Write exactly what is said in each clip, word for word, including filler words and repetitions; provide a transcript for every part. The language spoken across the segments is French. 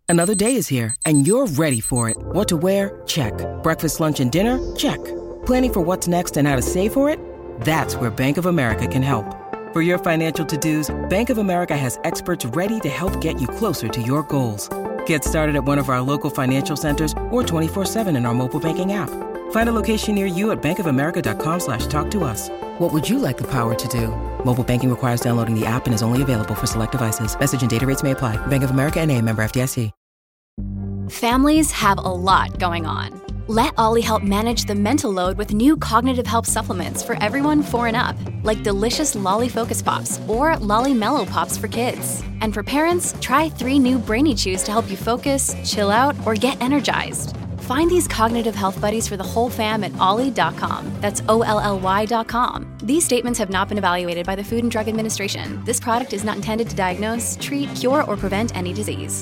Another day is here, and you're ready for it. What to wear? Check. Breakfast, lunch, and dinner? Check. Planning for what's next and how to save for it? That's where Bank of America can help. For your financial to-dos, Bank of America has experts ready to help get you closer to your goals. Get started at one of our local financial centers or twenty-four seven in our mobile banking app. Find a location near you at bankofamerica.com slash talk to us. What would you like the power to do? Mobile banking requires downloading the app and is only available for select devices. Message and data rates may apply. Bank of America N A, member F D I C. Families have a lot going on. Let Ollie help manage the mental load with new cognitive help supplements for everyone four and up, like delicious Lolly Focus Pops or Lolly Mellow Pops for kids. And for parents, try three new Brainy Chews to help you focus, chill out, or get energized. Find these cognitive health buddies for the whole fam at ollie dot com. That's O L L Y dot com. These statements have not been evaluated by the Food and Drug Administration. This product is not intended to diagnose, treat, cure, or prevent any disease.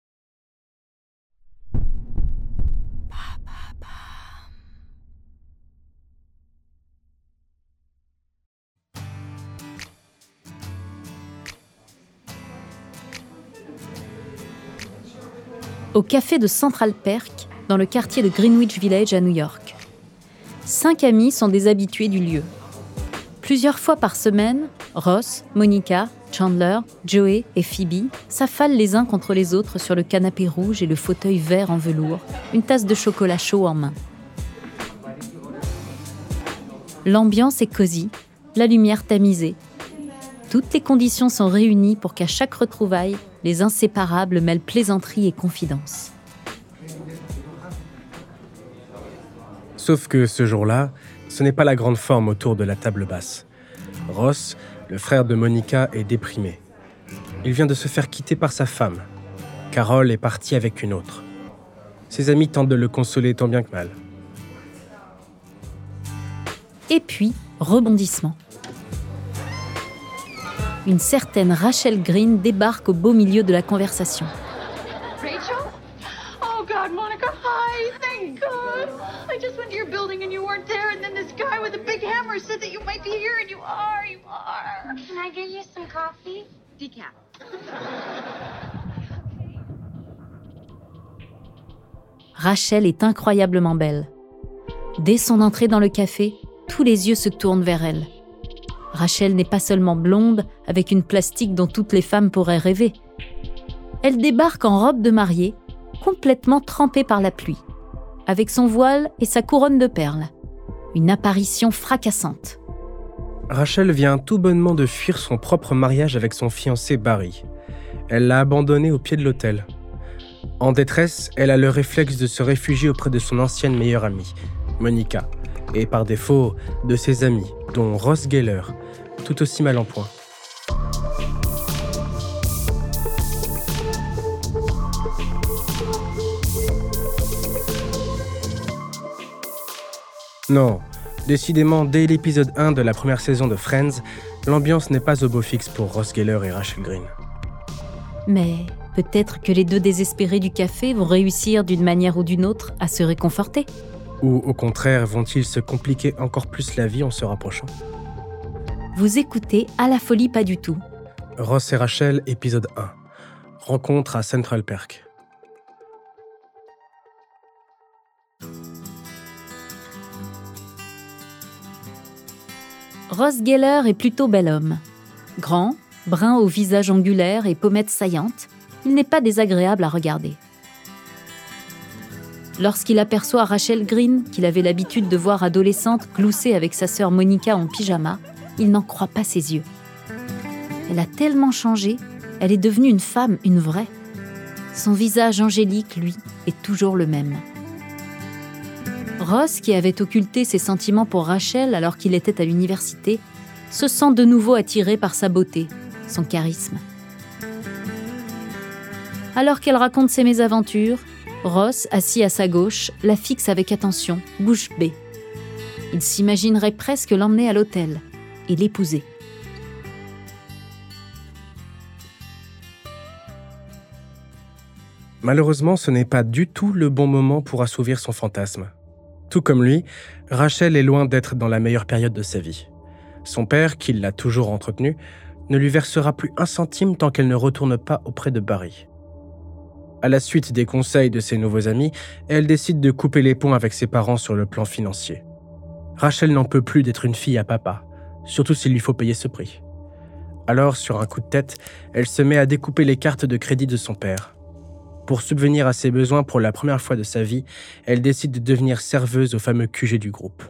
Au café de Central Perk, dans le quartier de Greenwich Village à New York. Cinq amis sont des habitués du lieu. Plusieurs fois par semaine, Ross, Monica, Chandler, Joey et Phoebe s'affalent les uns contre les autres sur le canapé rouge et le fauteuil vert en velours, une tasse de chocolat chaud en main. L'ambiance est cosy, la lumière tamisée. Toutes les conditions sont réunies pour qu'à chaque retrouvaille, les inséparables mêlent plaisanterie et confidence. Sauf que ce jour-là, ce n'est pas la grande forme autour de la table basse. Ross, le frère de Monica, est déprimé. Il vient de se faire quitter par sa femme. Carol est partie avec une autre. Ses amis tentent de le consoler tant bien que mal. Et puis, rebondissement. Une certaine Rachel Green débarque au beau milieu de la conversation. Rachel? Oh God, Monica, hi, thank God. I just went to your building and you weren't there, and then this guy with a big hammer said that you might be here, and you are, you are. Can I get you some coffee? Decaf. Rachel est incroyablement belle. Dès son entrée dans le café, tous les yeux se tournent vers elle. Rachel n'est pas seulement blonde, avec une plastique dont toutes les femmes pourraient rêver. Elle débarque en robe de mariée, complètement trempée par la pluie, avec son voile et sa couronne de perles. Une apparition fracassante. Rachel vient tout bonnement de fuir son propre mariage avec son fiancé Barry. Elle l'a abandonné au pied de l'autel. En détresse, elle a le réflexe de se réfugier auprès de son ancienne meilleure amie, Monica, et par défaut, de ses amis, dont Ross Geller, tout aussi mal en point. Non, décidément, dès l'épisode un de la première saison de Friends, l'ambiance n'est pas au beau fixe pour Ross Geller et Rachel Green. Mais peut-être que les deux désespérés du café vont réussir d'une manière ou d'une autre à se réconforter. Ou au contraire, vont-ils se compliquer encore plus la vie en se rapprochant ? Vous écoutez À la folie pas du tout. Ross et Rachel, épisode un. Rencontre à Central Perk. Ross Geller est plutôt bel homme. Grand, brun au visage angulaire et pommettes saillantes, il n'est pas désagréable à regarder. Lorsqu'il aperçoit Rachel Green, qu'il avait l'habitude de voir adolescente glousser avec sa sœur Monica en pyjama, il n'en croit pas ses yeux. Elle a tellement changé, elle est devenue une femme, une vraie. Son visage angélique, lui, est toujours le même. Ross, qui avait occulté ses sentiments pour Rachel alors qu'il était à l'université, se sent de nouveau attiré par sa beauté, son charisme. Alors qu'elle raconte ses mésaventures, Ross, assis à sa gauche, la fixe avec attention, bouche bée. Il s'imaginerait presque l'emmener à l'hôtel et l'épouser. Malheureusement, ce n'est pas du tout le bon moment pour assouvir son fantasme. Tout comme lui, Rachel est loin d'être dans la meilleure période de sa vie. Son père, qui l'a toujours entretenue, ne lui versera plus un centime tant qu'elle ne retourne pas auprès de Barry. À la suite des conseils de ses nouveaux amis, elle décide de couper les ponts avec ses parents sur le plan financier. Rachel n'en peut plus d'être une fille à papa, surtout s'il lui faut payer ce prix. Alors, sur un coup de tête, elle se met à découper les cartes de crédit de son père. Pour subvenir à ses besoins pour la première fois de sa vie, elle décide de devenir serveuse au fameux Q G du groupe.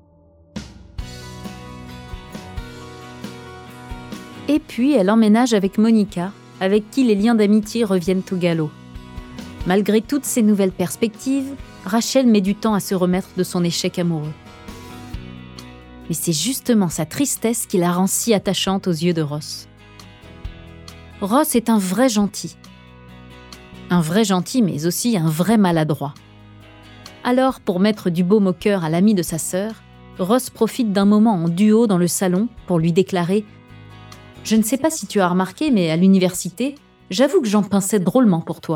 Et puis, elle emménage avec Monica, avec qui les liens d'amitié reviennent au galop. Malgré toutes ces nouvelles perspectives, Rachel met du temps à se remettre de son échec amoureux. Mais c'est justement sa tristesse qui la rend si attachante aux yeux de Ross. Ross est un vrai gentil. Un vrai gentil, mais aussi un vrai maladroit. Alors, pour mettre du baume au cœur à l'ami de sa sœur, Ross profite d'un moment en duo dans le salon pour lui déclarer « Je ne sais pas si tu as remarqué, mais à l'université, j'avoue que j'en pinçais drôlement pour toi. »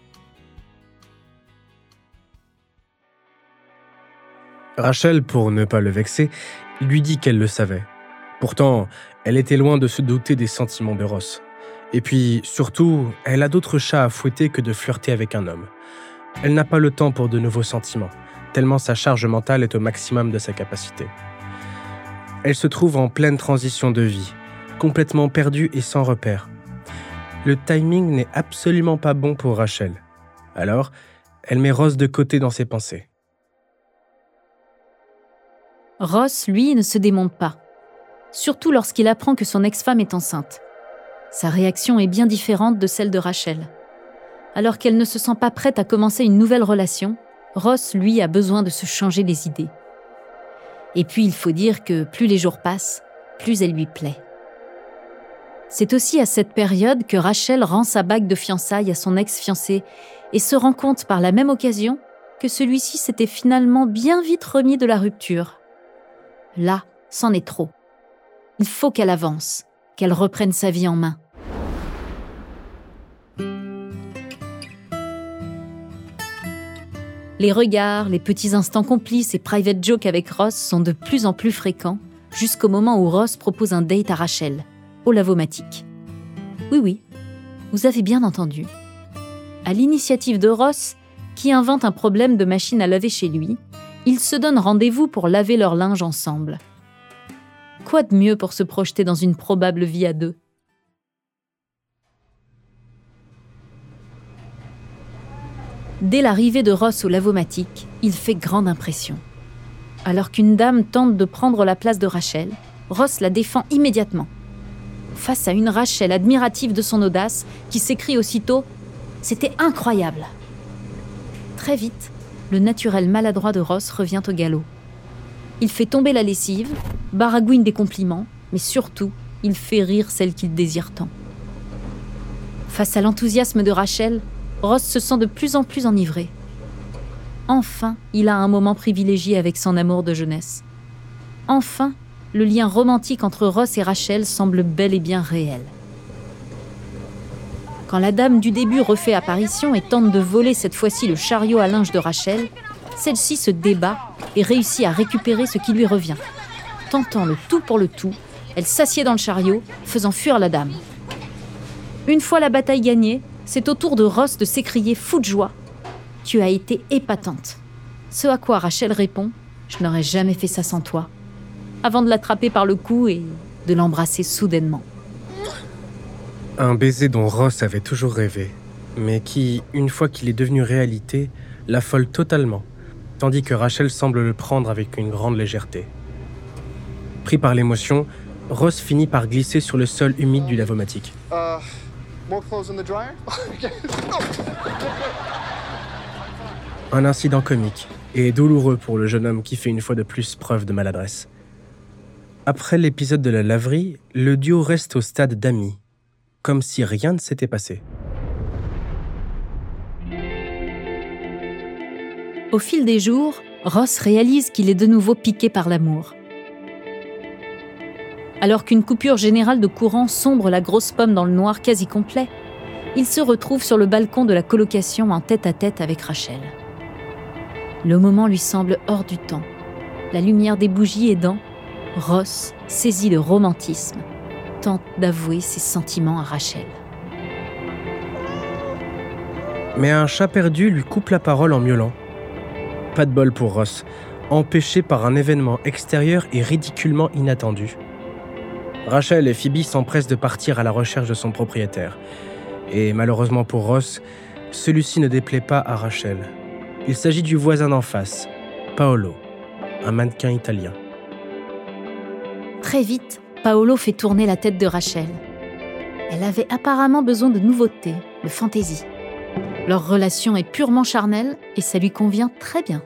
Rachel, pour ne pas le vexer, lui dit qu'elle le savait. Pourtant, elle était loin de se douter des sentiments de Ross. Et puis, surtout, elle a d'autres chats à fouetter que de flirter avec un homme. Elle n'a pas le temps pour de nouveaux sentiments, tellement sa charge mentale est au maximum de sa capacité. Elle se trouve en pleine transition de vie, complètement perdue et sans repère. Le timing n'est absolument pas bon pour Rachel. Alors, elle met Ross de côté dans ses pensées. Ross, lui, ne se démonte pas, surtout lorsqu'il apprend que son ex-femme est enceinte. Sa réaction est bien différente de celle de Rachel. Alors qu'elle ne se sent pas prête à commencer une nouvelle relation, Ross, lui, a besoin de se changer les idées. Et puis, il faut dire que plus les jours passent, plus elle lui plaît. C'est aussi à cette période que Rachel rend sa bague de fiançailles à son ex-fiancé et se rend compte par la même occasion que celui-ci s'était finalement bien vite remis de la rupture. Là, c'en est trop. Il faut qu'elle avance, qu'elle reprenne sa vie en main. Les regards, les petits instants complices et private jokes avec Ross sont de plus en plus fréquents, jusqu'au moment où Ross propose un date à Rachel, au Lavomatic. Oui, oui, vous avez bien entendu. À l'initiative de Ross, qui invente un problème de machine à laver chez lui, ils se donnent rendez-vous pour laver leur linge ensemble. Quoi de mieux pour se projeter dans une probable vie à deux ? Dès l'arrivée de Ross au Lavomatic, il fait grande impression. Alors qu'une dame tente de prendre la place de Rachel, Ross la défend immédiatement. Face à une Rachel admirative de son audace, qui s'écrie aussitôt « C'était incroyable !» Très vite, le naturel maladroit de Ross revient au galop. Il fait tomber la lessive, baragouine des compliments, mais surtout, il fait rire celle qu'il désire tant. Face à l'enthousiasme de Rachel, Ross se sent de plus en plus enivré. Enfin, il a un moment privilégié avec son amour de jeunesse. Enfin, le lien romantique entre Ross et Rachel semble bel et bien réel. Quand la dame du début refait apparition et tente de voler cette fois-ci le chariot à linge de Rachel, celle-ci se débat et réussit à récupérer ce qui lui revient. Tentant le tout pour le tout, elle s'assied dans le chariot, faisant fuir la dame. Une fois la bataille gagnée, c'est au tour de Ross de s'écrier fou de joie. « Tu as été épatante !» Ce à quoi Rachel répond « Je n'aurais jamais fait ça sans toi », avant de l'attraper par le cou et de l'embrasser soudainement. Un baiser dont Ross avait toujours rêvé, mais qui, une fois qu'il est devenu réalité, l'affole totalement, tandis que Rachel semble le prendre avec une grande légèreté. Pris par l'émotion, Ross finit par glisser sur le sol humide du Lavomatic. Uh, more clothes in the dryer? Un incident comique et douloureux pour le jeune homme qui fait une fois de plus preuve de maladresse. Après l'épisode de la laverie, le duo reste au stade d'amis, comme si rien ne s'était passé. Au fil des jours, Ross réalise qu'il est de nouveau piqué par l'amour. Alors qu'une coupure générale de courant sombre la grosse pomme dans le noir quasi complet, il se retrouve sur le balcon de la colocation en tête-à-tête avec Rachel. Le moment lui semble hors du temps. La lumière des bougies aidant, Ross, saisi de romantisme, tente d'avouer ses sentiments à Rachel. Mais un chat perdu lui coupe la parole en miaulant. Pas de bol pour Ross, empêché par un événement extérieur et ridiculement inattendu. Rachel et Phoebe s'empressent de partir à la recherche de son propriétaire. Et malheureusement pour Ross, celui-ci ne déplaît pas à Rachel. Il s'agit du voisin d'en face, Paolo, un mannequin italien. Très vite, Paolo fait tourner la tête de Rachel. Elle avait apparemment besoin de nouveautés, de fantaisie. Leur relation est purement charnelle et ça lui convient très bien.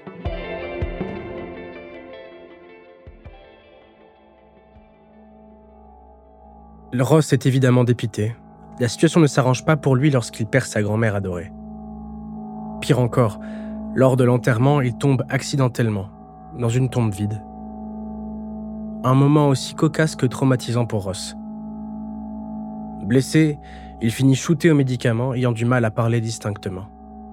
Ross est évidemment dépité. La situation ne s'arrange pas pour lui lorsqu'il perd sa grand-mère adorée. Pire encore, lors de l'enterrement, il tombe accidentellement, dans une tombe vide. Un moment aussi cocasse que traumatisant pour Ross. Blessé, il finit shooté aux médicaments, ayant du mal à parler distinctement.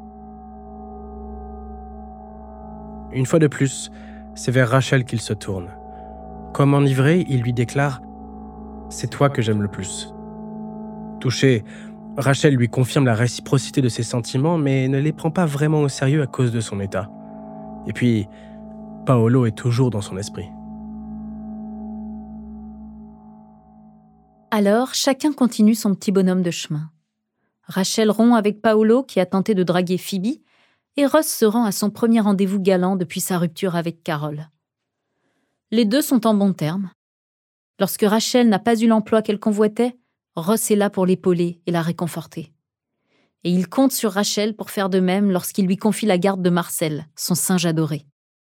Une fois de plus, c'est vers Rachel qu'il se tourne. Comme enivré, il lui déclare « C'est toi que j'aime le plus ». Touchée, Rachel lui confirme la réciprocité de ses sentiments, mais ne les prend pas vraiment au sérieux à cause de son état. Et puis, Paolo est toujours dans son esprit. Alors, chacun continue son petit bonhomme de chemin. Rachel rompt avec Paolo, qui a tenté de draguer Phoebe, et Ross se rend à son premier rendez-vous galant depuis sa rupture avec Carol. Les deux sont en bons termes. Lorsque Rachel n'a pas eu l'emploi qu'elle convoitait, Ross est là pour l'épauler et la réconforter. Et il compte sur Rachel pour faire de même lorsqu'il lui confie la garde de Marcel, son singe adoré.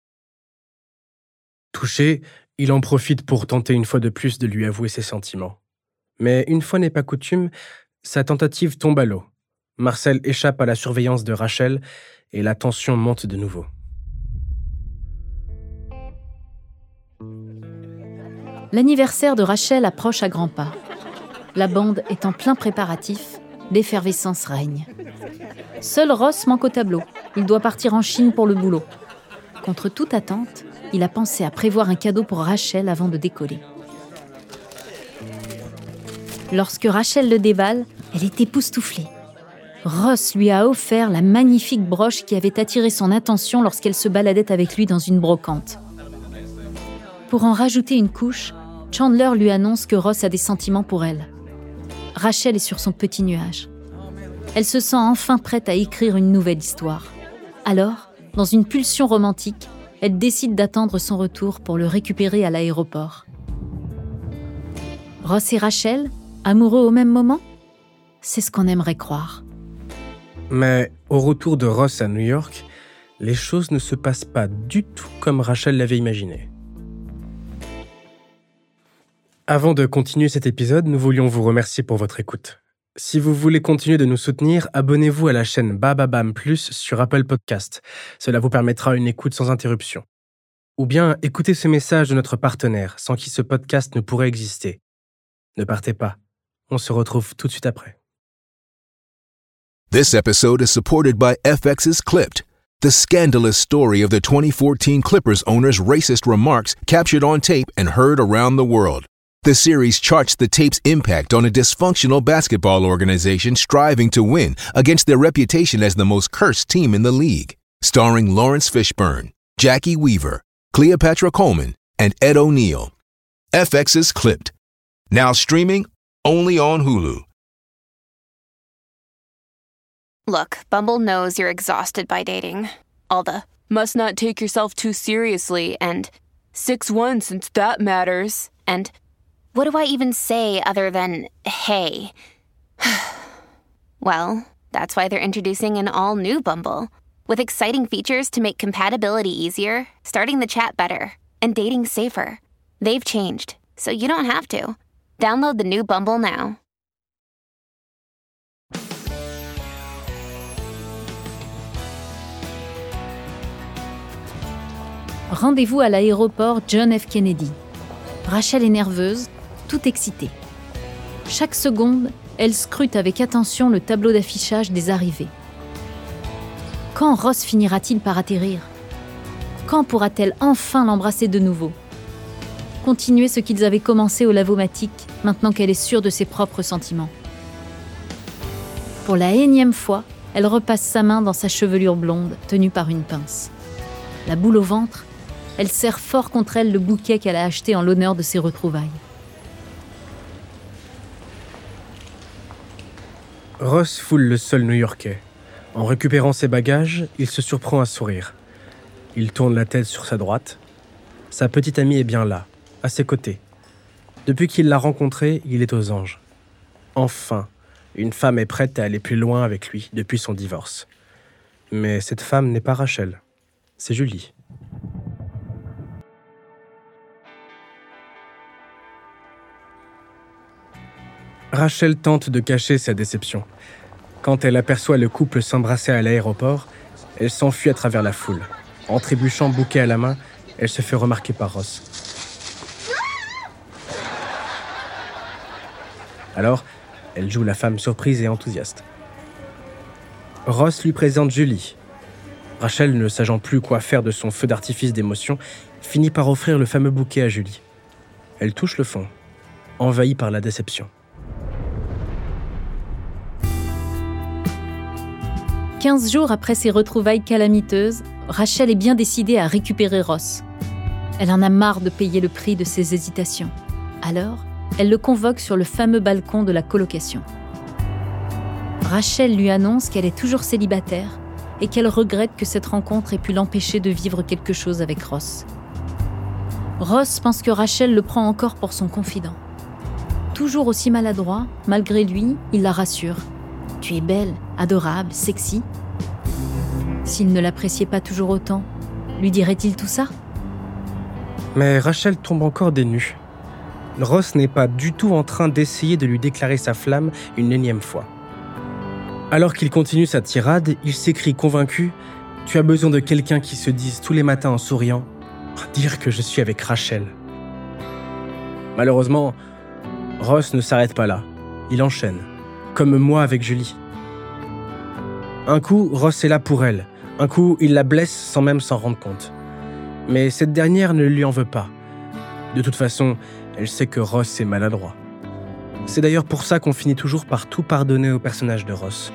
Touché, il en profite pour tenter une fois de plus de lui avouer ses sentiments. Mais une fois n'est pas coutume, sa tentative tombe à l'eau. Marcel échappe à la surveillance de Rachel et la tension monte de nouveau. L'anniversaire de Rachel approche à grands pas. La bande est en plein préparatif, l'effervescence règne. Seul Ross manque au tableau. Il doit partir en Chine pour le boulot. Contre toute attente, il a pensé à prévoir un cadeau pour Rachel avant de décoller. Lorsque Rachel le déballe, elle est époustouflée. Ross lui a offert la magnifique broche qui avait attiré son attention lorsqu'elle se baladait avec lui dans une brocante. Pour en rajouter une couche, Chandler lui annonce que Ross a des sentiments pour elle. Rachel est sur son petit nuage. Elle se sent enfin prête à écrire une nouvelle histoire. Alors, dans une pulsion romantique, elle décide d'attendre son retour pour le récupérer à l'aéroport. Ross et Rachel, amoureux au même moment ? C'est ce qu'on aimerait croire. Mais au retour de Ross à New York, les choses ne se passent pas du tout comme Rachel l'avait imaginé. Avant de continuer cet épisode, nous voulions vous remercier pour votre écoute. Si vous voulez continuer de nous soutenir, abonnez-vous à la chaîne Bababam Plus sur Apple Podcast. Cela vous permettra une écoute sans interruption. Ou bien écoutez ce message de notre partenaire, sans qui ce podcast ne pourrait exister. Ne partez pas. On se retrouve tout de suite après. This episode is supported by F X's Clipped, the scandalous story of the twenty fourteen Clippers owner's racist remarks captured on tape and heard around the world. The series charts the tape's impact on a dysfunctional basketball organization striving to win against their reputation as the most cursed team in the league. Starring Lawrence Fishburne, Jackie Weaver, Cleopatra Coleman, and Ed O'Neill. F X's Clipped. Now streaming only on Hulu. Look, Bumble knows you're exhausted by dating. All the must not take yourself too seriously and six one since that matters. And what do I even say other than hey? Well, that's why they're introducing an all-new Bumble with exciting features to make compatibility easier, starting the chat better, and dating safer. They've changed, so you don't have to. Download the new Bumble now. Rendez-vous à l'aéroport John F. Kennedy. Rachel est nerveuse, tout excitée. Chaque seconde, elle scrute avec attention le tableau d'affichage des arrivées. Quand Ross finira-t-il par atterrir ? Quand pourra-t-elle enfin l'embrasser de nouveau ? Continuer ce qu'ils avaient commencé au Lavomatic, maintenant qu'elle est sûre de ses propres sentiments. Pour la énième fois, elle repasse sa main dans sa chevelure blonde, tenue par une pince. La boule au ventre, elle serre fort contre elle le bouquet qu'elle a acheté en l'honneur de ses retrouvailles. Ross foule le sol new-yorkais. En récupérant ses bagages, il se surprend à sourire. Il tourne la tête sur sa droite. Sa petite amie est bien là, à ses côtés. Depuis qu'il l'a rencontrée, il est aux anges. Enfin, une femme est prête à aller plus loin avec lui depuis son divorce. Mais cette femme n'est pas Rachel, c'est Julie. Rachel tente de cacher sa déception. Quand elle aperçoit le couple s'embrasser à l'aéroport, elle s'enfuit à travers la foule. En trébuchant bouquet à la main, elle se fait remarquer par Ross. Alors, elle joue la femme surprise et enthousiaste. Ross lui présente Julie. Rachel, ne sachant plus quoi faire de son feu d'artifice d'émotion, finit par offrir le fameux bouquet à Julie. Elle touche le fond, envahie par la déception. Quinze jours après ces retrouvailles calamiteuses, Rachel est bien décidée à récupérer Ross. Elle en a marre de payer le prix de ses hésitations. Alors, elle le convoque sur le fameux balcon de la colocation. Rachel lui annonce qu'elle est toujours célibataire et qu'elle regrette que cette rencontre ait pu l'empêcher de vivre quelque chose avec Ross. Ross pense que Rachel le prend encore pour son confident. Toujours aussi maladroit, malgré lui, il la rassure. « Tu es belle, adorable, sexy. » S'il ne l'appréciait pas toujours autant, lui dirait-il tout ça ? Mais Rachel tombe encore des nues. Ross n'est pas du tout en train d'essayer de lui déclarer sa flamme une énième fois. Alors qu'il continue sa tirade, il s'écrie convaincu « Tu as besoin de quelqu'un qui se dise tous les matins en souriant « Dire que je suis avec Rachel. » Malheureusement, Ross ne s'arrête pas là. Il enchaîne, comme moi avec Julie. Un coup, Ross est là pour elle. Un coup, il la blesse sans même s'en rendre compte. Mais cette dernière ne lui en veut pas. De toute façon, elle sait que Ross est maladroit. C'est d'ailleurs pour ça qu'on finit toujours par tout pardonner au personnage de Ross.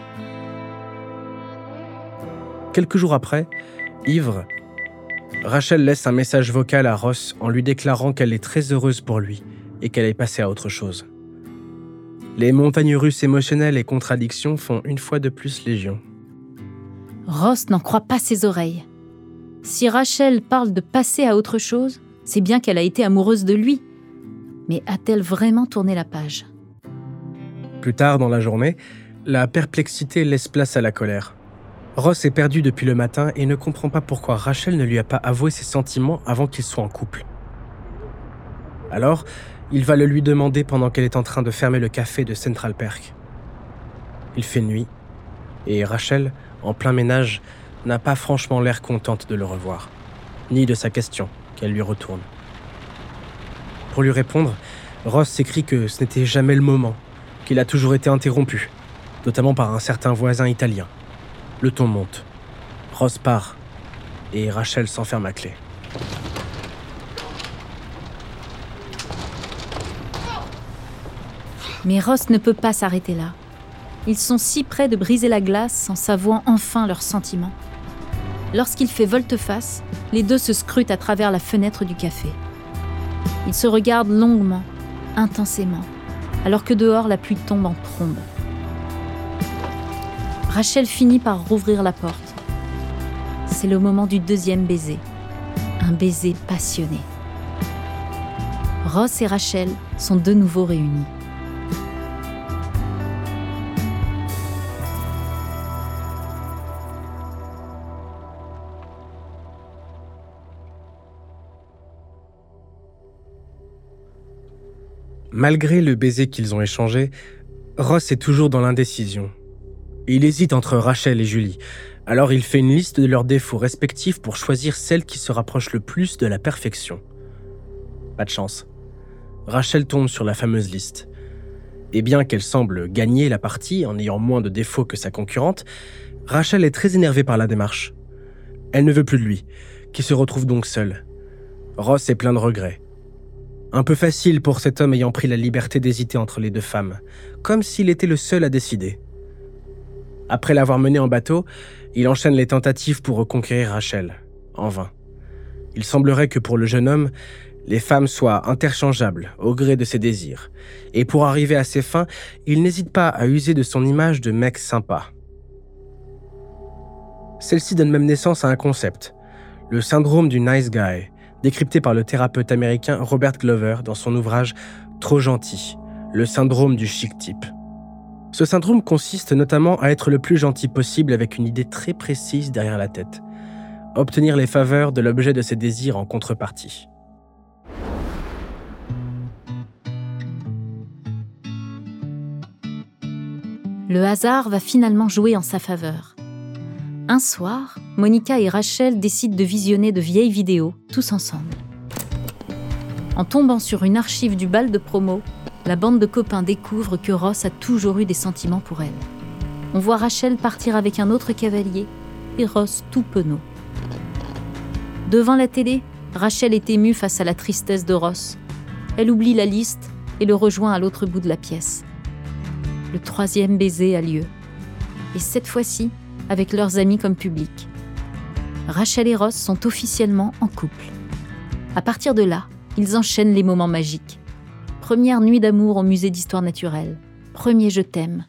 Quelques jours après, ivre, Rachel laisse un message vocal à Ross en lui déclarant qu'elle est très heureuse pour lui et qu'elle est passée à autre chose. Les montagnes russes émotionnelles et contradictions font une fois de plus légion. Ross n'en croit pas ses oreilles. Si Rachel parle de passer à autre chose, c'est bien qu'elle a été amoureuse de lui. Mais a-t-elle vraiment tourné la page ? Plus tard dans la journée, la perplexité laisse place à la colère. Ross est perdu depuis le matin et ne comprend pas pourquoi Rachel ne lui a pas avoué ses sentiments avant qu'ils soient en couple. Alors, il va le lui demander pendant qu'elle est en train de fermer le café de Central Perk. Il fait nuit, et Rachel, en plein ménage, n'a pas franchement l'air contente de le revoir, ni de sa question qu'elle lui retourne. Pour lui répondre, Ross s'écrie que ce n'était jamais le moment, qu'il a toujours été interrompu, notamment par un certain voisin italien. Le ton monte. Ross part, et Rachel s'enferme à clé. Mais Ross ne peut pas s'arrêter là. Ils sont si près de briser la glace en s'avouant enfin leurs sentiments. Lorsqu'il fait volte-face, les deux se scrutent à travers la fenêtre du café. Ils se regardent longuement, intensément, alors que dehors la pluie tombe en trombe. Rachel finit par rouvrir la porte. C'est le moment du deuxième baiser. Un baiser passionné. Ross et Rachel sont de nouveau réunis. Malgré le baiser qu'ils ont échangé, Ross est toujours dans l'indécision. Il hésite entre Rachel et Julie, alors il fait une liste de leurs défauts respectifs pour choisir celle qui se rapproche le plus de la perfection. Pas de chance. Rachel tombe sur la fameuse liste. Et bien qu'elle semble gagner la partie en ayant moins de défauts que sa concurrente, Rachel est très énervée par la démarche. Elle ne veut plus de lui, qui se retrouve donc seul. Ross est plein de regrets. Un peu facile pour cet homme ayant pris la liberté d'hésiter entre les deux femmes, comme s'il était le seul à décider. Après l'avoir menée en bateau, il enchaîne les tentatives pour reconquérir Rachel. En vain. Il semblerait que pour le jeune homme, les femmes soient interchangeables au gré de ses désirs. Et pour arriver à ses fins, il n'hésite pas à user de son image de mec sympa. Celle-ci donne même naissance à un concept, le syndrome du nice guy, décrypté par le thérapeute américain Robert Glover dans son ouvrage « Trop gentil », le syndrome du chic type. Ce syndrome consiste notamment à être le plus gentil possible avec une idée très précise derrière la tête. Obtenir les faveurs de l'objet de ses désirs en contrepartie. Le hasard va finalement jouer en sa faveur. Un soir, Monica et Rachel décident de visionner de vieilles vidéos, tous ensemble. En tombant sur une archive du bal de promo, la bande de copains découvre que Ross a toujours eu des sentiments pour elle. On voit Rachel partir avec un autre cavalier et Ross tout penaud. Devant la télé, Rachel est émue face à la tristesse de Ross. Elle oublie la liste et le rejoint à l'autre bout de la pièce. Le troisième baiser a lieu. Et cette fois-ci, avec leurs amis comme public. Rachel et Ross sont officiellement en couple. À partir de là, ils enchaînent les moments magiques. Première nuit d'amour au musée d'histoire naturelle. Premier je t'aime.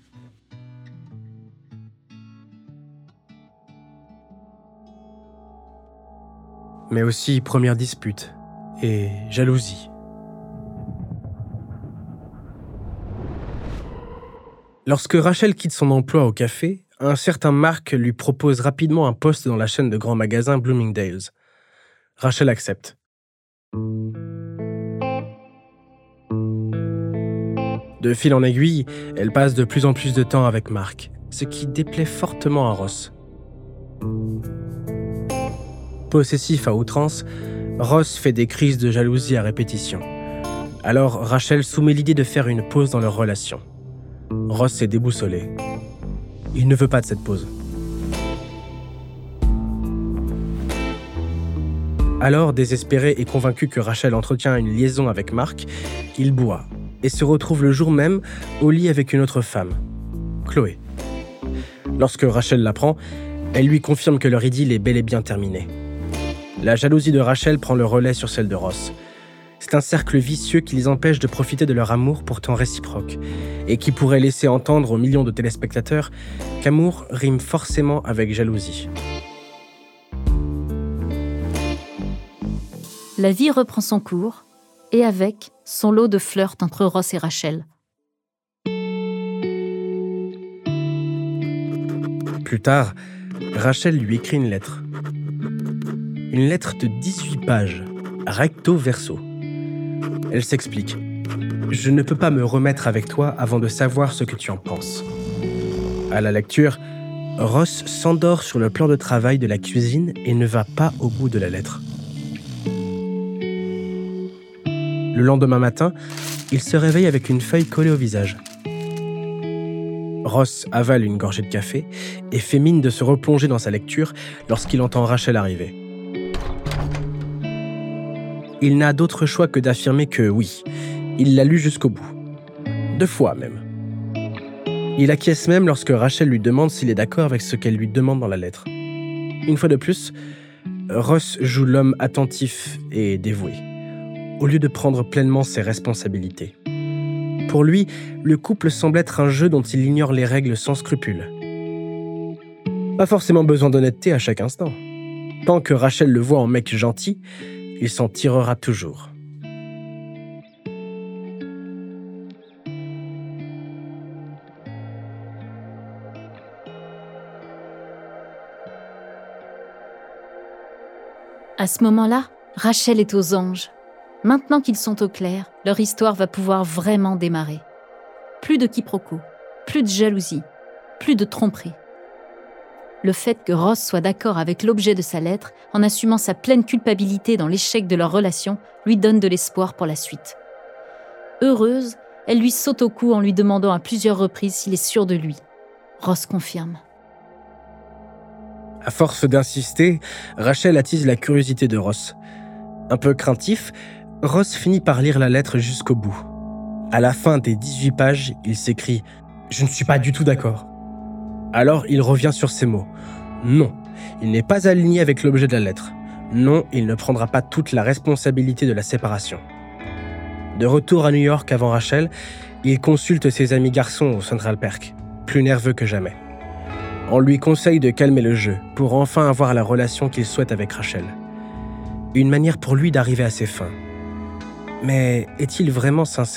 Mais aussi première dispute et jalousie. Lorsque Rachel quitte son emploi au café, un certain Mark lui propose rapidement un poste dans la chaîne de grands magasins Bloomingdale's. Rachel accepte. De fil en aiguille, elle passe de plus en plus de temps avec Mark, ce qui déplaît fortement à Ross. Possessif à outrance, Ross fait des crises de jalousie à répétition. Alors Rachel soumet l'idée de faire une pause dans leur relation. Ross est déboussolé. Il ne veut pas de cette pause. Alors, désespéré et convaincu que Rachel entretient une liaison avec Mark, il boit et se retrouve le jour même au lit avec une autre femme, Chloé. Lorsque Rachel l'apprend, elle lui confirme que leur idylle est bel et bien terminée. La jalousie de Rachel prend le relais sur celle de Ross. C'est un cercle vicieux qui les empêche de profiter de leur amour pourtant réciproque et qui pourrait laisser entendre aux millions de téléspectateurs qu'amour rime forcément avec jalousie. La vie reprend son cours et avec son lot de flirts entre Ross et Rachel. Plus tard, Rachel lui écrit une lettre. Une lettre de dix-huit pages, recto verso. Elle s'explique. « Je ne peux pas me remettre avec toi avant de savoir ce que tu en penses. » À la lecture, Ross s'endort sur le plan de travail de la cuisine et ne va pas au bout de la lettre. Le lendemain matin, il se réveille avec une feuille collée au visage. Ross avale une gorgée de café et fait mine de se replonger dans sa lecture lorsqu'il entend Rachel arriver. Il n'a d'autre choix que d'affirmer que oui, il l'a lu jusqu'au bout. Deux fois même. Il acquiesce même lorsque Rachel lui demande s'il est d'accord avec ce qu'elle lui demande dans la lettre. Une fois de plus, Ross joue l'homme attentif et dévoué, au lieu de prendre pleinement ses responsabilités. Pour lui, le couple semble être un jeu dont il ignore les règles sans scrupules. Pas forcément besoin d'honnêteté à chaque instant. Tant que Rachel le voit en mec gentil, il s'en tirera toujours. À ce moment-là, Rachel est aux anges. Maintenant qu'ils sont au clair, leur histoire va pouvoir vraiment démarrer. Plus de quiproquos, plus de jalousie, plus de tromperie. Le fait que Ross soit d'accord avec l'objet de sa lettre, en assumant sa pleine culpabilité dans l'échec de leur relation, lui donne de l'espoir pour la suite. Heureuse, elle lui saute au cou en lui demandant à plusieurs reprises s'il est sûr de lui. Ross confirme. À force d'insister, Rachel attise la curiosité de Ross. Un peu craintif, Ross finit par lire la lettre jusqu'au bout. À la fin des dix-huit pages, il s'écrie « Je ne suis pas du tout d'accord ». Alors il revient sur ses mots. Non, il n'est pas aligné avec l'objet de la lettre. Non, il ne prendra pas toute la responsabilité de la séparation. De retour à New York avant Rachel, il consulte ses amis garçons au Central Perk, plus nerveux que jamais. On lui conseille de calmer le jeu pour enfin avoir la relation qu'il souhaite avec Rachel. Une manière pour lui d'arriver à ses fins. Mais est-il vraiment sincère ?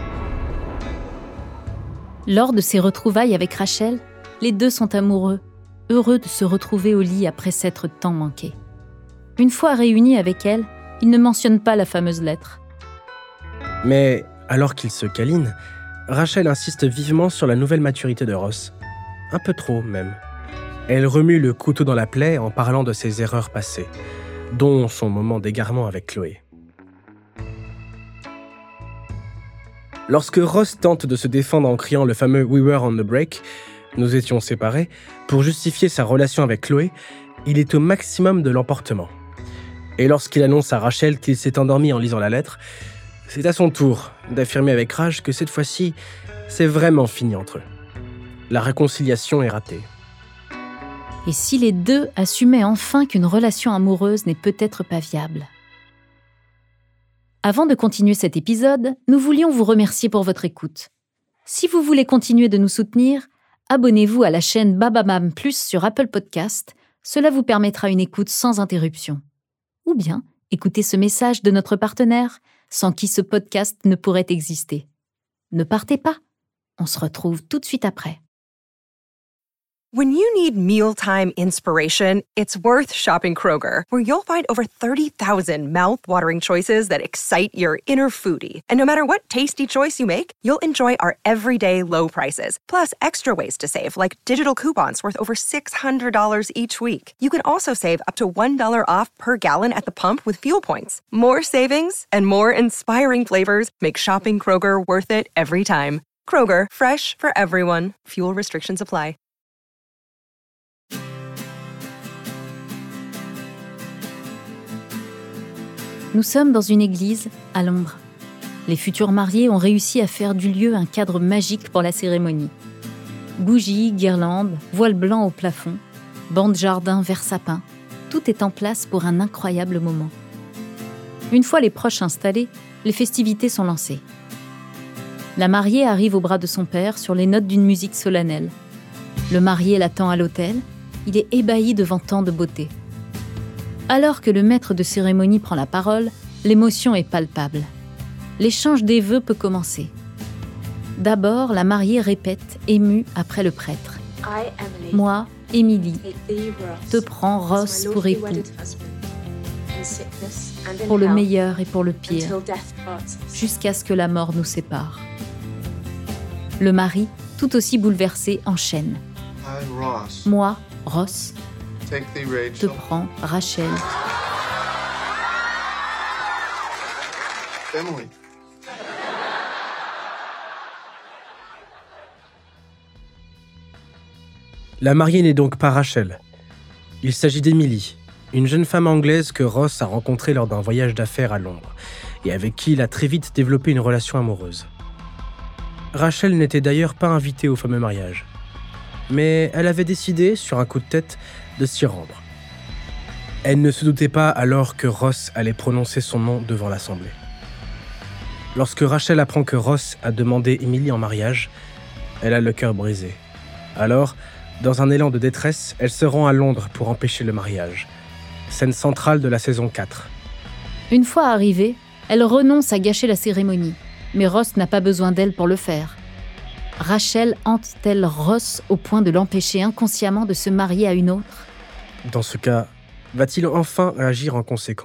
Lors de ses retrouvailles avec Rachel, les deux sont amoureux, heureux de se retrouver au lit après s'être tant manqués. Une fois réunis avec elle, ils ne mentionnent pas la fameuse lettre. Mais alors qu'ils se câlinent, Rachel insiste vivement sur la nouvelle maturité de Ross. Un peu trop, même. Elle remue le couteau dans la plaie en parlant de ses erreurs passées, dont son moment d'égarement avec Chloé. Lorsque Ross tente de se défendre en criant le fameux « We were on the break », nous étions séparés, pour justifier sa relation avec Chloé, il est au maximum de l'emportement. Et lorsqu'il annonce à Rachel qu'il s'est endormi en lisant la lettre, c'est à son tour d'affirmer avec rage que cette fois-ci, c'est vraiment fini entre eux. La réconciliation est ratée. Et si les deux assumaient enfin qu'une relation amoureuse n'est peut-être pas viable ? Avant de continuer cet épisode, nous voulions vous remercier pour votre écoute. Si vous voulez continuer de nous soutenir, abonnez-vous à la chaîne Bababam Plus sur Apple Podcast. Cela vous permettra une écoute sans interruption. Ou bien, écoutez ce message de notre partenaire, sans qui ce podcast ne pourrait exister. Ne partez pas, on se retrouve tout de suite après. When you need mealtime inspiration, it's worth shopping Kroger, where you'll find over thirty thousand mouth-watering choices that excite your inner foodie. And no matter what tasty choice you make, you'll enjoy our everyday low prices, plus extra ways to save, like digital coupons worth over six hundred dollars each week. You can also save up to one dollar off per gallon at the pump with fuel points. More savings and more inspiring flavors make shopping Kroger worth it every time. Kroger, fresh for everyone. Fuel restrictions apply. Nous sommes dans une église, à Londres. Les futurs mariés ont réussi à faire du lieu un cadre magique pour la cérémonie. Bougies, guirlandes, voile blanc au plafond, banc de jardin vert sapin, tout est en place pour un incroyable moment. Une fois les proches installés, les festivités sont lancées. La mariée arrive au bras de son père sur les notes d'une musique solennelle. Le marié l'attend à l'autel, il est ébahi devant tant de beauté. Alors que le maître de cérémonie prend la parole, l'émotion est palpable. L'échange des vœux peut commencer. D'abord, la mariée répète, émue après le prêtre. « Moi, Émilie, te prends Ross pour époux, pour le meilleur et pour le pire, jusqu'à ce que la mort nous sépare. » Le mari, tout aussi bouleversé, enchaîne. « Moi, Ross, te prends Rachel. » Emily. La mariée n'est donc pas Rachel. Il s'agit d'Emily, une jeune femme anglaise que Ross a rencontrée lors d'un voyage d'affaires à Londres et avec qui il a très vite développé une relation amoureuse. Rachel n'était d'ailleurs pas invitée au fameux mariage. Mais elle avait décidé, sur un coup de tête, de s'y rendre. Elle ne se doutait pas alors que Ross allait prononcer son nom devant l'assemblée. Lorsque Rachel apprend que Ross a demandé Emily en mariage, elle a le cœur brisé. Alors, dans un élan de détresse, elle se rend à Londres pour empêcher le mariage. Scène centrale de la saison quatre. Une fois arrivée, elle renonce à gâcher la cérémonie, mais Ross n'a pas besoin d'elle pour le faire. Rachel hante-t-elle Ross au point de l'empêcher inconsciemment de se marier à une autre ? Dans ce cas, va-t-il enfin agir en conséquence ?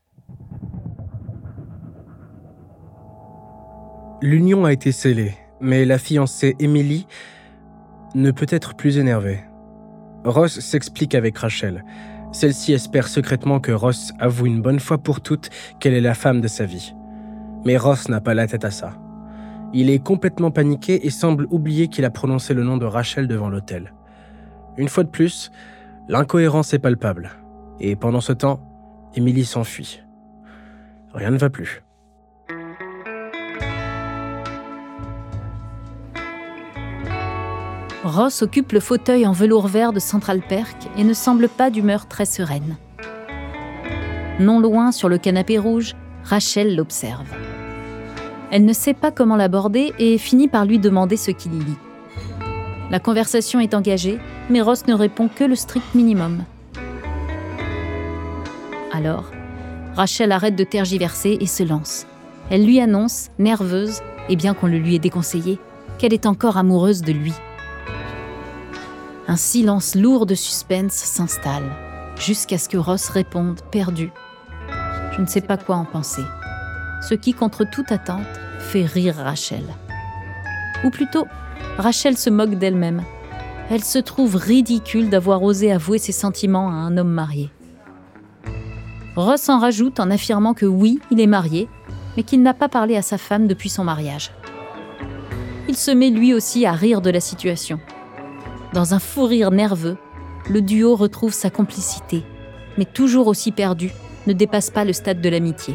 L'union a été scellée, mais la fiancée Emily ne peut être plus énervée. Ross s'explique avec Rachel. Celle-ci espère secrètement que Ross avoue une bonne fois pour toutes qu'elle est la femme de sa vie. Mais Ross n'a pas la tête à ça. Il est complètement paniqué et semble oublier qu'il a prononcé le nom de Rachel devant l'autel. Une fois de plus, l'incohérence est palpable. Et pendant ce temps, Emily s'enfuit. Rien ne va plus. Ross occupe le fauteuil en velours vert de Central Perk et ne semble pas d'humeur très sereine. Non loin, sur le canapé rouge, Rachel l'observe. Elle ne sait pas comment l'aborder et finit par lui demander ce qu'il lit. La conversation est engagée, mais Ross ne répond que le strict minimum. Alors, Rachel arrête de tergiverser et se lance. Elle lui annonce, nerveuse, et bien qu'on le lui ait déconseillé, qu'elle est encore amoureuse de lui. Un silence lourd de suspense s'installe, jusqu'à ce que Ross réponde, perdu. Je ne sais pas quoi en penser. Ce qui, contre toute attente, fait rire Rachel. Ou plutôt, Rachel se moque d'elle-même. Elle se trouve ridicule d'avoir osé avouer ses sentiments à un homme marié. Ross en rajoute en affirmant que oui, il est marié, mais qu'il n'a pas parlé à sa femme depuis son mariage. Il se met lui aussi à rire de la situation. Dans un fou rire nerveux, le duo retrouve sa complicité, mais toujours aussi perdu, ne dépasse pas le stade de l'amitié.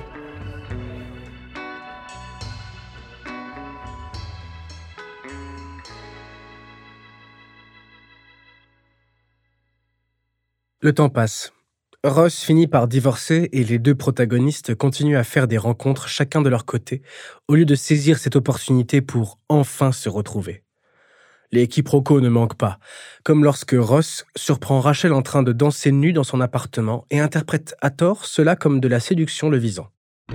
Le temps passe. Ross finit par divorcer et les deux protagonistes continuent à faire des rencontres chacun de leur côté, au lieu de saisir cette opportunité pour enfin se retrouver. Les quiproquos ne manquent pas, comme lorsque Ross surprend Rachel en train de danser nue dans son appartement et interprète à tort cela comme de la séduction le visant.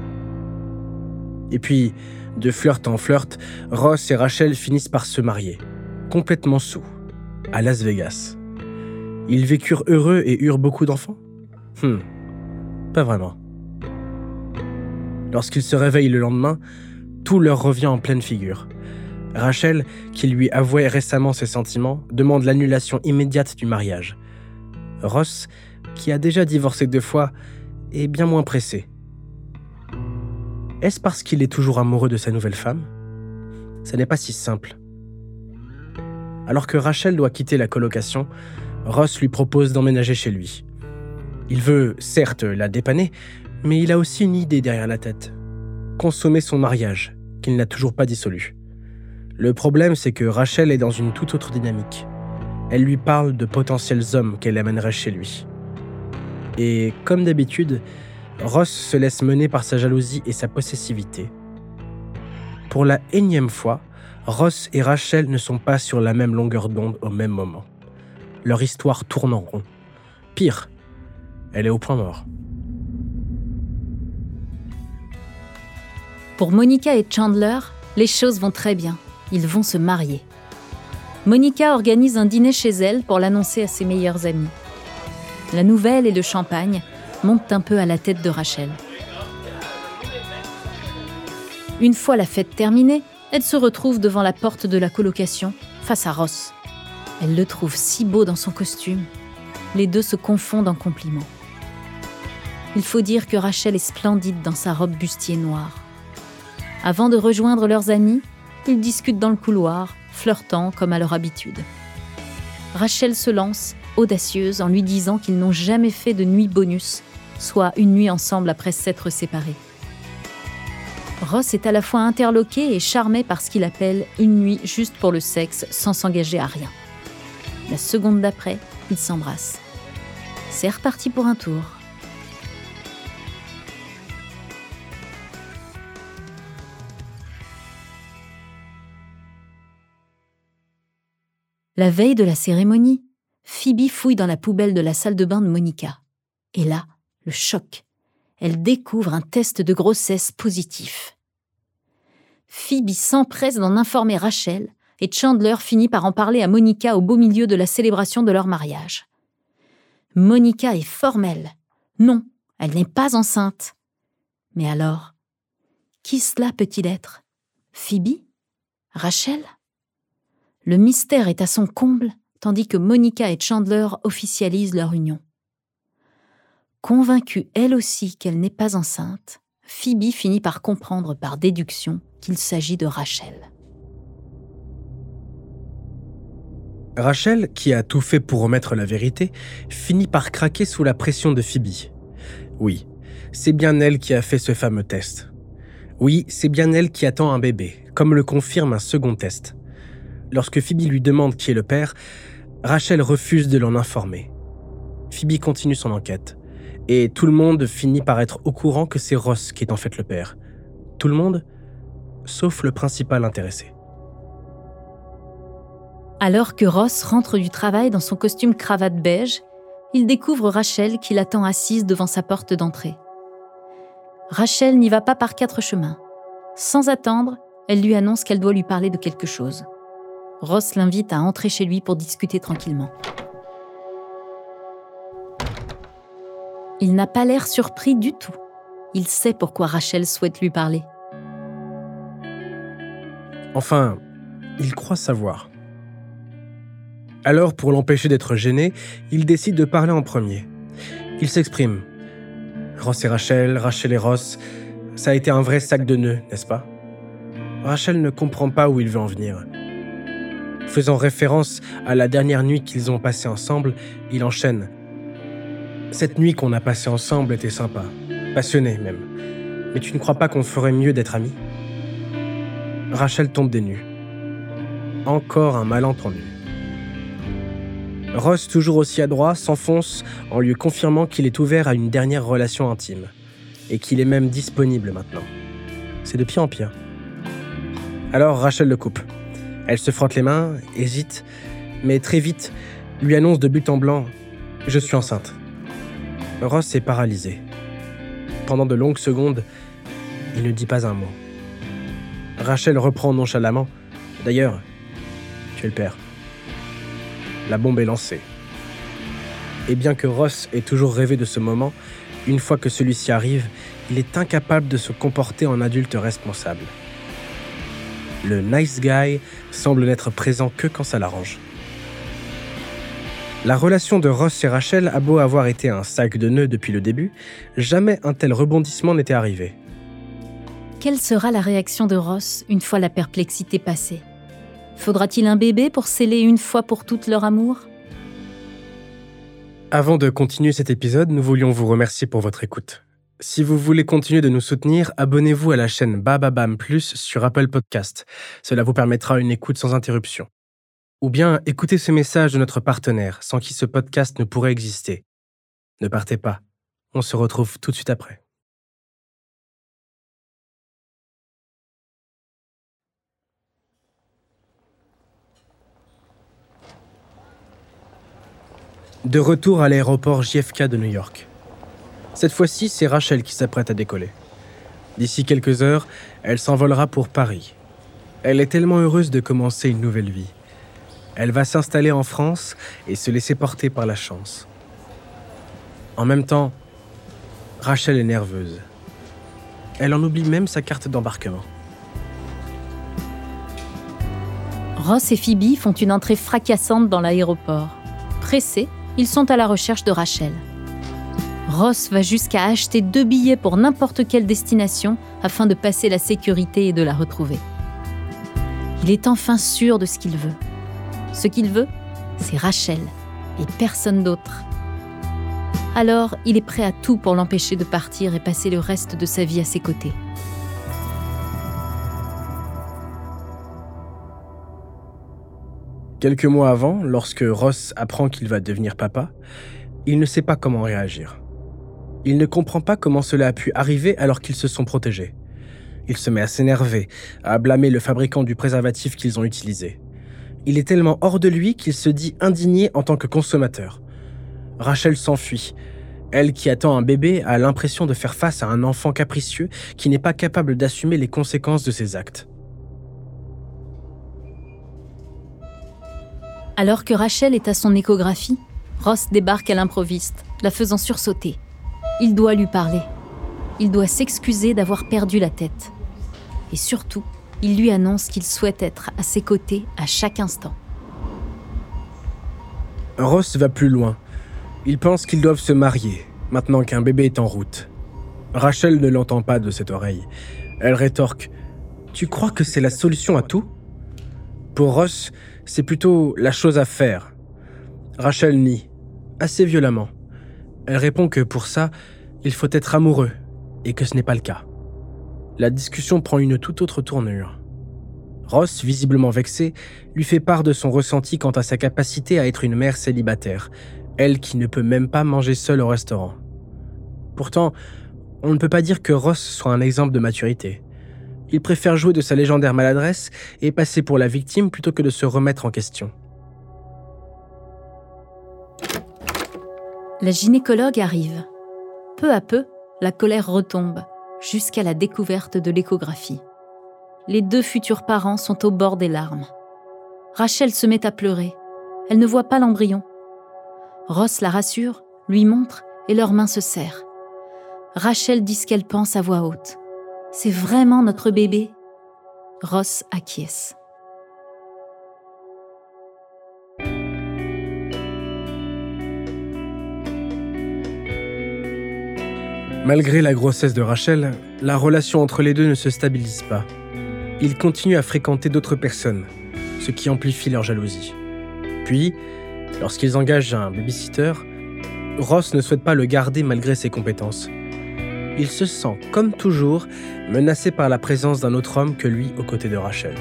Et puis, de flirt en flirt, Ross et Rachel finissent par se marier, complètement saouls, à Las Vegas. Ils vécurent heureux et eurent beaucoup d'enfants ? Hmm, pas vraiment. Lorsqu'ils se réveillent le lendemain, tout leur revient en pleine figure. Rachel, qui lui avouait récemment ses sentiments, demande l'annulation immédiate du mariage. Ross, qui a déjà divorcé deux fois, est bien moins pressé. Est-ce parce qu'il est toujours amoureux de sa nouvelle femme ? Ce n'est pas si simple. Alors que Rachel doit quitter la colocation, Ross lui propose d'emménager chez lui. Il veut, certes, la dépanner, mais il a aussi une idée derrière la tête. Consommer son mariage, qu'il n'a toujours pas dissolu. Le problème, c'est que Rachel est dans une toute autre dynamique. Elle lui parle de potentiels hommes qu'elle amènerait chez lui. Et comme d'habitude, Ross se laisse mener par sa jalousie et sa possessivité. Pour la énième fois, Ross et Rachel ne sont pas sur la même longueur d'onde au même moment. Leur histoire tourne en rond. Pire, elle est au point mort. Pour Monica et Chandler, les choses vont très bien. Ils vont se marier. Monica organise un dîner chez elle pour l'annoncer à ses meilleurs amis. La nouvelle et le champagne montent un peu à la tête de Rachel. Une fois la fête terminée, elle se retrouve devant la porte de la colocation, face à Ross. Elle le trouve si beau dans son costume. Les deux se confondent en compliments. Il faut dire que Rachel est splendide dans sa robe bustier noire. Avant de rejoindre leurs amis, ils discutent dans le couloir, flirtant comme à leur habitude. Rachel se lance, audacieuse, en lui disant qu'ils n'ont jamais fait de nuit bonus, soit une nuit ensemble après s'être séparés. Ross est à la fois interloqué et charmé par ce qu'il appelle une nuit juste pour le sexe, sans s'engager à rien. La seconde d'après, ils s'embrassent. C'est reparti pour un tour. La veille de la cérémonie, Phoebe fouille dans la poubelle de la salle de bain de Monica. Et là, le choc. Elle découvre un test de grossesse positif. Phoebe s'empresse d'en informer Rachel et Chandler finit par en parler à Monica au beau milieu de la célébration de leur mariage. Monica est formelle. Non, elle n'est pas enceinte. Mais alors, qui cela peut-il être ? Phoebe ? Rachel ? Le mystère est à son comble, tandis que Monica et Chandler officialisent leur union. Convaincue elle aussi qu'elle n'est pas enceinte, Phoebe finit par comprendre par déduction qu'il s'agit de Rachel. Rachel, qui a tout fait pour omettre la vérité, finit par craquer sous la pression de Phoebe. Oui, c'est bien elle qui a fait ce fameux test. Oui, c'est bien elle qui attend un bébé, comme le confirme un second test. Lorsque Phoebe lui demande qui est le père, Rachel refuse de l'en informer. Phoebe continue son enquête, et tout le monde finit par être au courant que c'est Ross qui est en fait le père. Tout le monde, sauf le principal intéressé. Alors que Ross rentre du travail dans son costume cravate beige, il découvre Rachel qui l'attend assise devant sa porte d'entrée. Rachel n'y va pas par quatre chemins. Sans attendre, elle lui annonce qu'elle doit lui parler de quelque chose. Ross l'invite à entrer chez lui pour discuter tranquillement. Il n'a pas l'air surpris du tout. Il sait pourquoi Rachel souhaite lui parler. Enfin, il croit savoir. Alors, pour l'empêcher d'être gêné, il décide de parler en premier. Il s'exprime. Ross et Rachel, Rachel et Ross, ça a été un vrai sac de nœuds, n'est-ce pas? Rachel ne comprend pas où il veut en venir. Faisant référence à la dernière nuit qu'ils ont passée ensemble, il enchaîne. Cette nuit qu'on a passée ensemble était sympa, passionnée même. Mais tu ne crois pas qu'on ferait mieux d'être amis? Rachel tombe des nues. Encore un malentendu. Ross, toujours aussi adroit, s'enfonce en lui confirmant qu'il est ouvert à une dernière relation intime et qu'il est même disponible maintenant. C'est de pire en pire. Alors Rachel le coupe. Elle se frotte les mains, hésite, mais très vite lui annonce de but en blanc « Je suis enceinte ». Ross est paralysé. Pendant de longues secondes, il ne dit pas un mot. Rachel reprend nonchalamment « D'ailleurs, tu es le père ». La bombe est lancée. Et bien que Ross ait toujours rêvé de ce moment, une fois que celui-ci arrive, il est incapable de se comporter en adulte responsable. Le nice guy semble n'être présent que quand ça l'arrange. La relation de Ross et Rachel a beau avoir été un sac de nœuds depuis le début, jamais un tel rebondissement n'était arrivé. Quelle sera la réaction de Ross une fois la perplexité passée? Faudra-t-il un bébé pour sceller une fois pour toutes leur amour? Avant de continuer cet épisode, nous voulions vous remercier pour votre écoute. Si vous voulez continuer de nous soutenir, abonnez-vous à la chaîne Bababam Plus sur Apple Podcast. Cela vous permettra une écoute sans interruption. Ou bien écoutez ce message de notre partenaire, sans qui ce podcast ne pourrait exister. Ne partez pas, on se retrouve tout de suite après. De retour à l'aéroport J F K de New York. Cette fois-ci, c'est Rachel qui s'apprête à décoller. D'ici quelques heures, elle s'envolera pour Paris. Elle est tellement heureuse de commencer une nouvelle vie. Elle va s'installer en France et se laisser porter par la chance. En même temps, Rachel est nerveuse. Elle en oublie même sa carte d'embarquement. Ross et Phoebe font une entrée fracassante dans l'aéroport. Pressés, ils sont à la recherche de Rachel. Ross va jusqu'à acheter deux billets pour n'importe quelle destination afin de passer la sécurité et de la retrouver. Il est enfin sûr de ce qu'il veut. Ce qu'il veut, c'est Rachel et personne d'autre. Alors, il est prêt à tout pour l'empêcher de partir et passer le reste de sa vie à ses côtés. Quelques mois avant, lorsque Ross apprend qu'il va devenir papa, il ne sait pas comment réagir. Il ne comprend pas comment cela a pu arriver alors qu'ils se sont protégés. Il se met à s'énerver, à blâmer le fabricant du préservatif qu'ils ont utilisé. Il est tellement hors de lui qu'il se dit indigné en tant que consommateur. Rachel s'enfuit. Elle qui attend un bébé a l'impression de faire face à un enfant capricieux qui n'est pas capable d'assumer les conséquences de ses actes. Alors que Rachel est à son échographie, Ross débarque à l'improviste, la faisant sursauter. Il doit lui parler. Il doit s'excuser d'avoir perdu la tête. Et surtout, il lui annonce qu'il souhaite être à ses côtés à chaque instant. Ross va plus loin. Il pense qu'ils doivent se marier, maintenant qu'un bébé est en route. Rachel ne l'entend pas de cette oreille. Elle rétorque « Tu crois que c'est la solution à tout ?» Pour Ross, c'est plutôt la chose à faire. Rachel nie, assez violemment. Elle répond que pour ça, il faut être amoureux, et que ce n'est pas le cas. La discussion prend une toute autre tournure. Ross, visiblement vexé, lui fait part de son ressenti quant à sa capacité à être une mère célibataire, elle qui ne peut même pas manger seule au restaurant. Pourtant, on ne peut pas dire que Ross soit un exemple de maturité. Il préfère jouer de sa légendaire maladresse et passer pour la victime plutôt que de se remettre en question. La gynécologue arrive. Peu à peu, la colère retombe, jusqu'à la découverte de l'échographie. Les deux futurs parents sont au bord des larmes. Rachel se met à pleurer. Elle ne voit pas l'embryon. Ross la rassure, lui montre et leurs mains se serrent. Rachel dit ce qu'elle pense à voix haute. « C'est vraiment notre bébé ?» Ross acquiesce. Malgré la grossesse de Rachel, la relation entre les deux ne se stabilise pas. Ils continuent à fréquenter d'autres personnes, ce qui amplifie leur jalousie. Puis, lorsqu'ils engagent un babysitter, Ross ne souhaite pas le garder malgré ses compétences. Il se sent, comme toujours, menacé par la présence d'un autre homme que lui aux côtés de Rachel.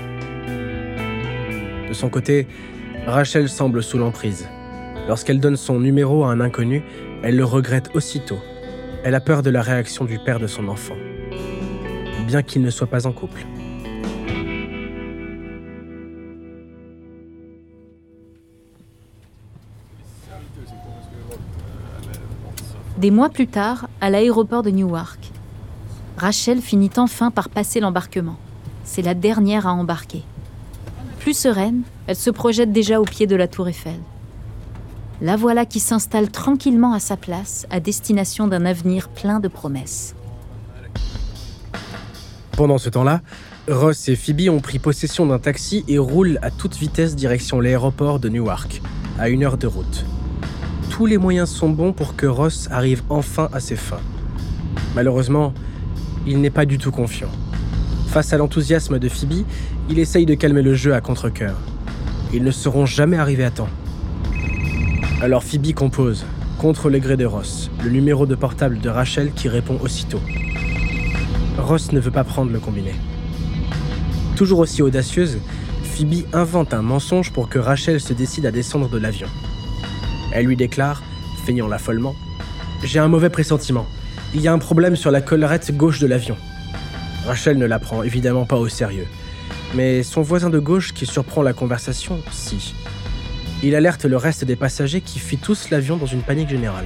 De son côté, Rachel semble sous l'emprise. Lorsqu'elle donne son numéro à un inconnu, elle le regrette aussitôt. Elle a peur de la réaction du père de son enfant, bien qu'il ne soit pas en couple. Des mois plus tard, à l'aéroport de Newark, Rachel finit enfin par passer l'embarquement. C'est la dernière à embarquer. Plus sereine, elle se projette déjà au pied de la tour Eiffel. La voilà qui s'installe tranquillement à sa place, à destination d'un avenir plein de promesses. Pendant ce temps-là, Ross et Phoebe ont pris possession d'un taxi et roulent à toute vitesse direction l'aéroport de Newark, à une heure de route. Tous les moyens sont bons pour que Ross arrive enfin à ses fins. Malheureusement, il n'est pas du tout confiant. Face à l'enthousiasme de Phoebe, il essaye de calmer le jeu à contre-cœur. Ils ne seront jamais arrivés à temps. Alors Phoebe compose, contre le gré de Ross, le numéro de portable de Rachel qui répond aussitôt. Ross ne veut pas prendre le combiné. Toujours aussi audacieuse, Phoebe invente un mensonge pour que Rachel se décide à descendre de l'avion. Elle lui déclare, feignant l'affolement, « J'ai un mauvais pressentiment. Il y a un problème sur la collerette gauche de l'avion. » Rachel ne la prend évidemment pas au sérieux. Mais son voisin de gauche qui surprend la conversation, si. Il alerte le reste des passagers qui fuient tous l'avion dans une panique générale.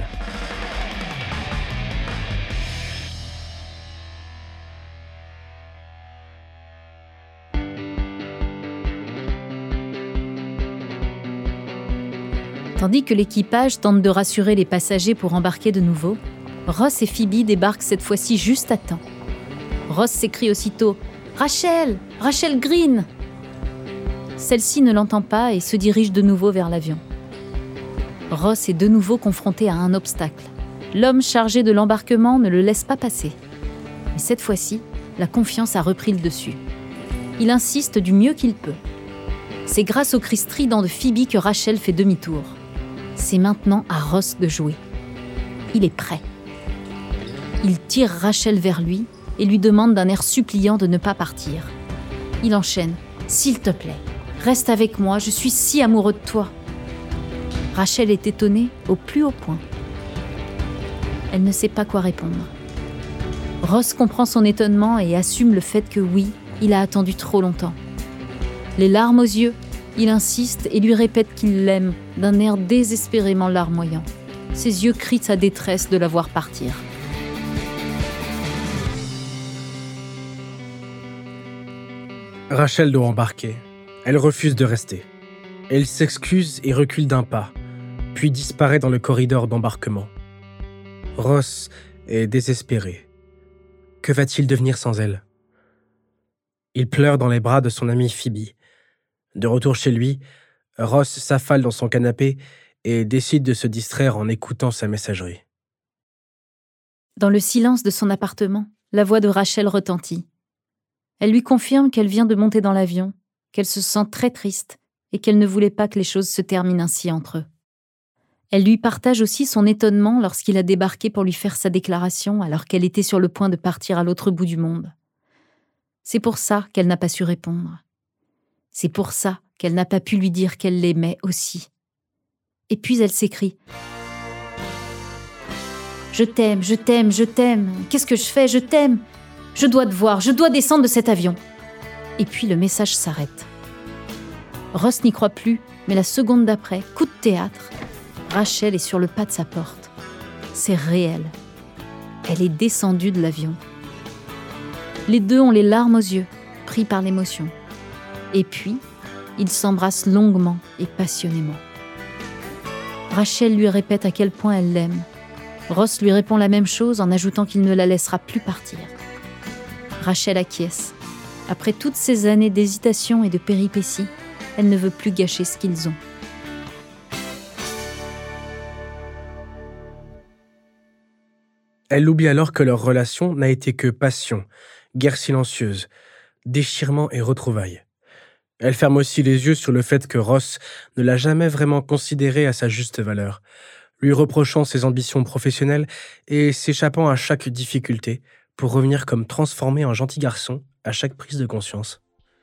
Tandis que l'équipage tente de rassurer les passagers pour embarquer de nouveau, Ross et Phoebe débarquent cette fois-ci juste à temps. Ross s'écrie aussitôt « Rachel! Rachel Green !» Celle-ci ne l'entend pas et se dirige de nouveau vers l'avion. Ross est de nouveau confronté à un obstacle. L'homme chargé de l'embarquement ne le laisse pas passer. Mais cette fois-ci, la confiance a repris le dessus. Il insiste du mieux qu'il peut. C'est grâce au cri strident de Phoebe que Rachel fait demi-tour. C'est maintenant à Ross de jouer. Il est prêt. Il tire Rachel vers lui et lui demande d'un air suppliant de ne pas partir. Il enchaîne. « S'il te plaît, reste avec moi, je suis si amoureux de toi. » Rachel est étonnée au plus haut point. Elle ne sait pas quoi répondre. Ross comprend son étonnement et assume le fait que oui, il a attendu trop longtemps. Les larmes aux yeux, il insiste et lui répète qu'il l'aime d'un air désespérément larmoyant. Ses yeux crient sa détresse de la voir partir. Rachel doit embarquer. Elle refuse de rester. Elle s'excuse et recule d'un pas, puis disparaît dans le corridor d'embarquement. Ross est désespéré. Que va-t-il devenir sans elle ? Il pleure dans les bras de son amie Phoebe. De retour chez lui, Ross s'affale dans son canapé et décide de se distraire en écoutant sa messagerie. Dans le silence de son appartement, la voix de Rachel retentit. Elle lui confirme qu'elle vient de monter dans l'avion, qu'elle se sent très triste et qu'elle ne voulait pas que les choses se terminent ainsi entre eux. Elle lui partage aussi son étonnement lorsqu'il a débarqué pour lui faire sa déclaration alors qu'elle était sur le point de partir à l'autre bout du monde. C'est pour ça qu'elle n'a pas su répondre. C'est pour ça qu'elle n'a pas pu lui dire qu'elle l'aimait aussi. Et puis elle s'écrie « Je t'aime, je t'aime, je t'aime. Qu'est-ce que je fais? Je t'aime. Je dois te voir, je dois descendre de cet avion. » Et puis le message s'arrête. Ross n'y croit plus, mais la seconde d'après, coup de théâtre, Rachel est sur le pas de sa porte. C'est réel. Elle est descendue de l'avion. Les deux ont les larmes aux yeux, pris par l'émotion. Et puis, ils s'embrassent longuement et passionnément. Rachel lui répète à quel point elle l'aime. Ross lui répond la même chose en ajoutant qu'il ne la laissera plus partir. Rachel acquiesce. Après toutes ces années d'hésitation et de péripéties, elle ne veut plus gâcher ce qu'ils ont. Elle oublie alors que leur relation n'a été que passion, guerre silencieuse, déchirement et retrouvailles. Elle ferme aussi les yeux sur le fait que Ross ne l'a jamais vraiment considérée à sa juste valeur, lui reprochant ses ambitions professionnelles et s'échappant à chaque difficulté pour revenir comme transformé en gentil garçon à chaque prise de conscience.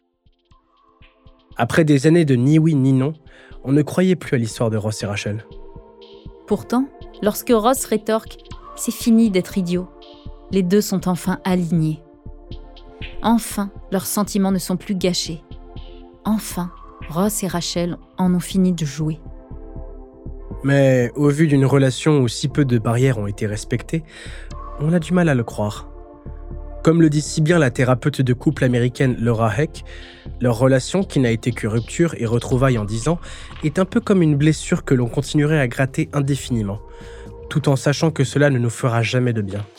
Après des années de ni oui ni non, on ne croyait plus à l'histoire de Ross et Rachel. Pourtant, lorsque Ross rétorque « C'est fini d'être idiot », les deux sont enfin alignés. Enfin, leurs sentiments ne sont plus gâchés. Enfin, Ross et Rachel en ont fini de jouer. Mais au vu d'une relation où si peu de barrières ont été respectées, on a du mal à le croire. Comme le dit si bien la thérapeute de couple américaine Laura Heck, leur relation, qui n'a été que rupture et retrouvailles en dix ans, est un peu comme une blessure que l'on continuerait à gratter indéfiniment, tout en sachant que cela ne nous fera jamais de bien.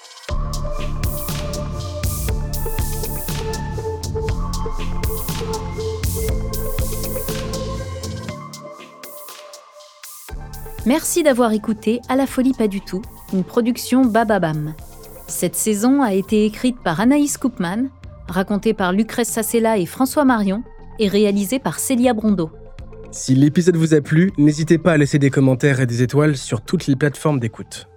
Merci d'avoir écouté À la folie pas du tout, une production Bababam. Cette saison a été écrite par Anaïs Koopman, racontée par Lucrèce Sassella et François Marion et réalisée par Célia Brondeau. Si l'épisode vous a plu, n'hésitez pas à laisser des commentaires et des étoiles sur toutes les plateformes d'écoute.